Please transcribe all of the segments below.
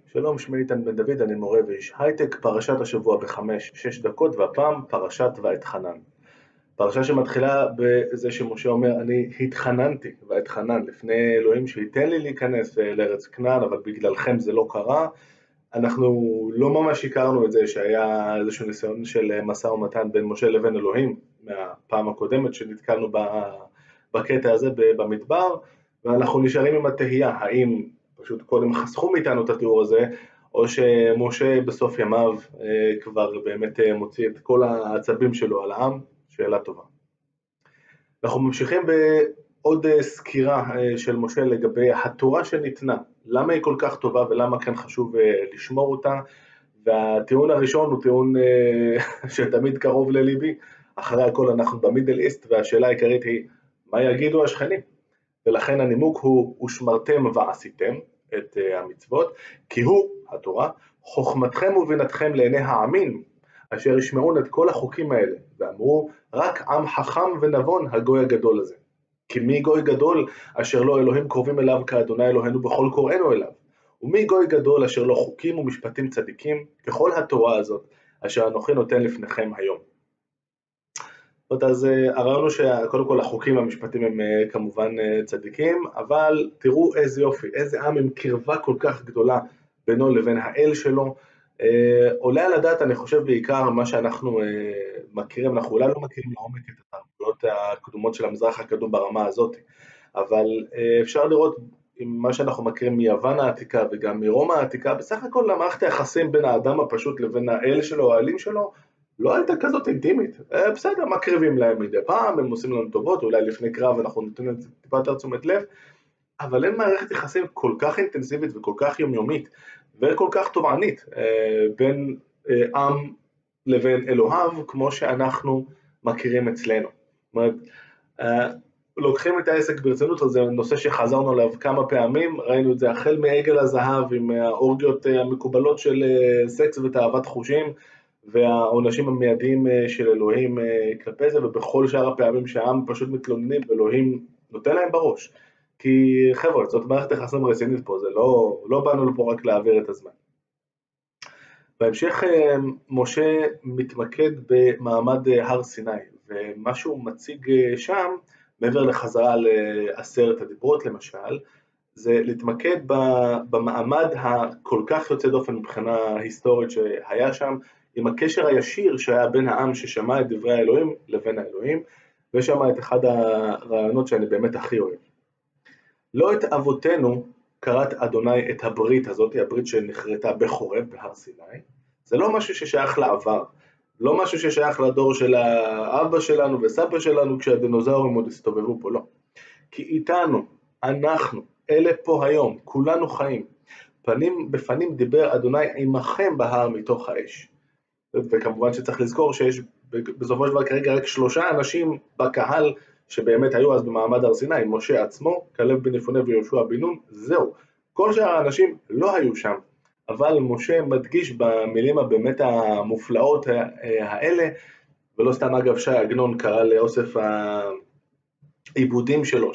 שלום, שמי איתן בן דוד, אני מורה ואיש הייטק. פרשת השבוע ב5-6 דקות, והפעם פרשת ואתחנן. פרשה שמתחילה בזה שמשה אומר, אני התחננתי ואתחנן לפני אלוהים שייתן לי להיכנס לארץ כנען, אבל בגללכם זה לא קרה. אנחנו לא ממש הכרנו את זה שהיה איזשהו ניסיון של משא ומתן בין משה לבין אלוהים מהפעם הקודמת שנתקלנו בקטע הזה במדבר, ואנחנו נשארים עם התהייה, האם פשוט קודם חסכו מאיתנו את התיאור הזה, או שמשה בסוף ימיו כבר באמת מוציא את כל העצבים שלו על העם. שאלה טובה. אנחנו ממשיכים בעוד סקירה של משה לגבי התורה שניתנה, למה היא כל כך טובה ולמה כאן חשוב לשמור אותה. והטיעון הראשון הוא טיעון שתמיד קרוב לליבי. אחרי הכל אנחנו במידל איסט, והשאלה העיקרית היא מה יגידו השכנים, ולכן הנימוק הוא ושמרתם ועשיתם את המצוות, כי הוא, התורה, חוכמתכם ובינתכם לעיני העמים, אשר ישמעון את כל החוקים האלה, ואמרו רק עם חכם ונבון הגוי הגדול הזה. כי מי גוי גדול אשר לא אלוהים קרובים אליו כאדוני אלוהינו בכל קוראינו אליו, ומי גוי גדול אשר לא חוקים ומשפטים צדיקים ככל התורה הזאת אשר אנוכי נותן לפניכם היום. אז הרעיון הוא שקודם כל החוקים והמשפטים הם כמובן צדיקים, אבל תראו איזה יופי, איזה עם עם קרבה כל כך גדולה בינו לבין האל שלו. עולה על הדעת, אני חושב בעיקר מה שאנחנו מכירים, אנחנו אולי לא מכירים לעומק את התרבויות הקדומות של המזרח הקדום ברמה הזאת, אבל אפשר לראות עם מה שאנחנו מכירים מיוון העתיקה וגם מרומא העתיקה, בסך הכל המערכת היחסים בין האדם הפשוט לבין האל שלו, האלים שלו, לא הייתה כזאת אינטימית. בסדר, מקריבים להם מדי פעם, הם עושים לנו טובות, אולי לפני קרב אנחנו נותנים לזה טיפה יותר תשומת לב, אבל אין מערכת יחסים כל כך אינטנסיבית וכל כך יומיומית וכל כך תובענית בין עם לבין אלוהיו כמו שאנחנו מכירים אצלנו. זאת אומרת, לוקחים את העסק ברצינות, זה נושא שחזרנו עליו כמה פעמים, ראינו את זה החל מעגל הזהב עם האורגיות המקובלות של סקס ותאוות חושים, והעונשים המיידיים של אלוהים כלפי זה, ובכל שאר הפעמים שהעם פשוט מתלוננים, אלוהים נותן להם בראש. כי חבר'ה, זאת מערכת יחסים רצינית פה, זה לא באנו לפה רק להעביר את הזמן. בהמשך משה מתמקד במעמד הר סיני, ומה שהוא מציג שם, מעבר לחזרה ל10 הדיברות למשל, זה להתמקד במעמד הכל כך יוצא דופן מבחינה היסטורית שהיה שם, עם הקשר הישיר שהיה בין העם ששמע את דברי האלוהים לבין האלוהים, ושמע את אחד הרעיונות שאני באמת הכי אוהב. לא את אבותינו קראת אדוני את הברית הזאת, הברית שנחרטה בחורב בהר סיני, זה לא משהו ששייך לעבר, לא משהו ששייך לדור של האבא שלנו וסבא שלנו כשהדינוזאורים עוד הסתובבו פה, לא. כי איתנו, אנחנו, אלה פה היום, כולנו חיים, פנים בפנים דיבר אדוני עמכם בהר מתוך האש. וכמובן שצריך לזכור שיש בסופו של דבר כרגע רק 3 אנשים בקהל שבאמת היו אז במעמד הר סיני, משה עצמו, כלב בן יפונה ויהושע בן נון, זהו. כל שאר האנשים לא היו שם, אבל משה מדגיש במילים הבאמת המופלאות האלה, ולא סתם אגב שי עגנון קרא לאוסף העיבודים שלו,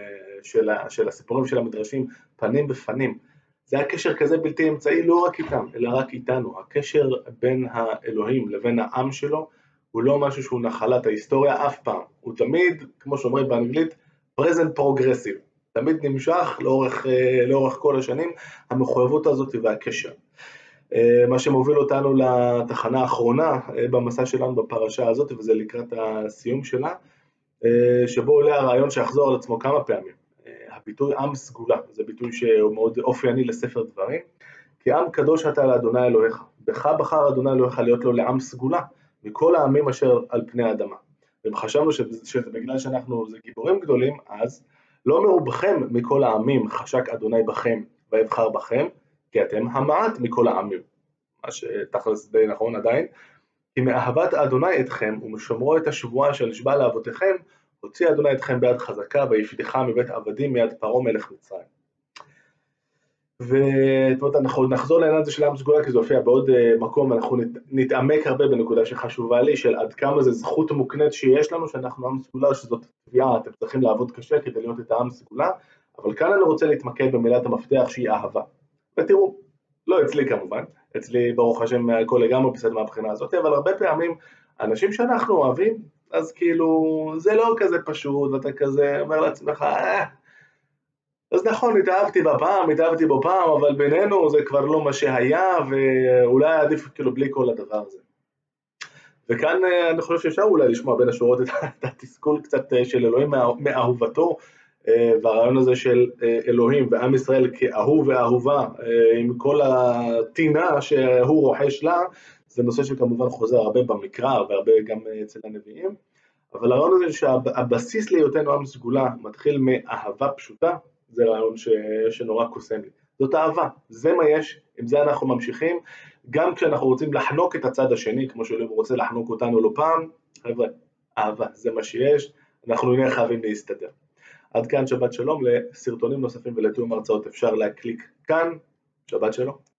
של הסיפורים של המדרשים, פנים בפנים. זה הקשר כזה בלתי אמצעי לא רק איתם, אלא רק איתנו. הקשר בין האלוהים לבין העם שלו, הוא לא משהו שהוא נחלת ההיסטוריה אף פעם. הוא תמיד, כמו שאומרים באנגלית, present progressive. תמיד נמשך לאורך כל השנים, המחויבות הזאת והקשר. מה שמוביל אותנו לתחנה האחרונה במסע שלנו בפרשה הזאת, וזה לקראת הסיום שלה, שבו עולה הרעיון שיחזור על עצמו כמה פעמים. הביטוי עם סגולה, זה ביטוי שהוא מאוד אופייני לספר דברים, כי עם קדוש אתה לאדוני אלוהיך, בך בחר אדוני אלוהיך להיות לו לעם סגולה, מכל העמים אשר על פני האדמה. ואם חשבנו שזה בגלל שאנחנו זה גיבורים גדולים, אז לא מרובכם מכל העמים חשק אדוני בכם ויבחר בכם, כי אתם המעט מכל העמים, מה שתכלס די נכון עדיין, כי מאהבת אדוני אתכם ומשומרו את השבועה של נשבע לאבותיכם, הוציא אדוני אתכם ביד חזקה ויפדיך מבית עבדים מיד פרעה מלך מצרים. ואנחנו נחזור לעניין הזה של עם סגולה, כי זה הופיע בעוד מקום, אנחנו נתעמק הרבה בנקודה שחשובה לי, של עד כמה זה זכות מוקנית שיש לנו, שאנחנו עם סגולה, שזאת תביעה, אתם צריכים לעבוד קשה כדי להיות את העם סגולה, אבל כאן אני רוצה להתמקד במילת המפתח שהיא אהבה. ותראו, לא אצלי כמובן, אצלי ברוך השם הכל לגמרי בסדר מהבחינה הזאת, אבל הרבה פעמים אנשים שאנחנו אוהבים, אז כאילו זה לא כזה פשוט, ואתה כזה אומר לעצמך, אז נכון, התאהבתי בו פעם, אבל בינינו זה כבר לא מה שהיה, ואולי עדיף כאילו בלי כל הדבר הזה. וכאן אני חושב שאפשר אולי לשמוע בין השורות את התסכול קצת של אלוהים מאהובתו, והרעיון הזה של אלוהים ועם ישראל כאהוב ואהובה, עם כל הטינה שהוא רוחש לה, זה נושא שכמובן חוזר הרבה במקרא והרבה גם אצל הנביאים, אבל הרעיון הזה שהבסיס להיותנו עם סגולה מתחיל מאהבה פשוטה, זה רעיון שנורא קוסם לי. זאת אהבה, זה מה יש, עם זה אנחנו ממשיכים, גם כשאנחנו רוצים לחנוק את הצד השני, כמו שאלוהים רוצה לחנוק אותנו לא פעם, חבר'ה, אהבה, זה מה שיש, אנחנו נהיה חייבים להסתדר. עד כאן שבת שלום, לסרטונים נוספים ולתיאום הרצאות אפשר להקליק כאן, שבת שלום.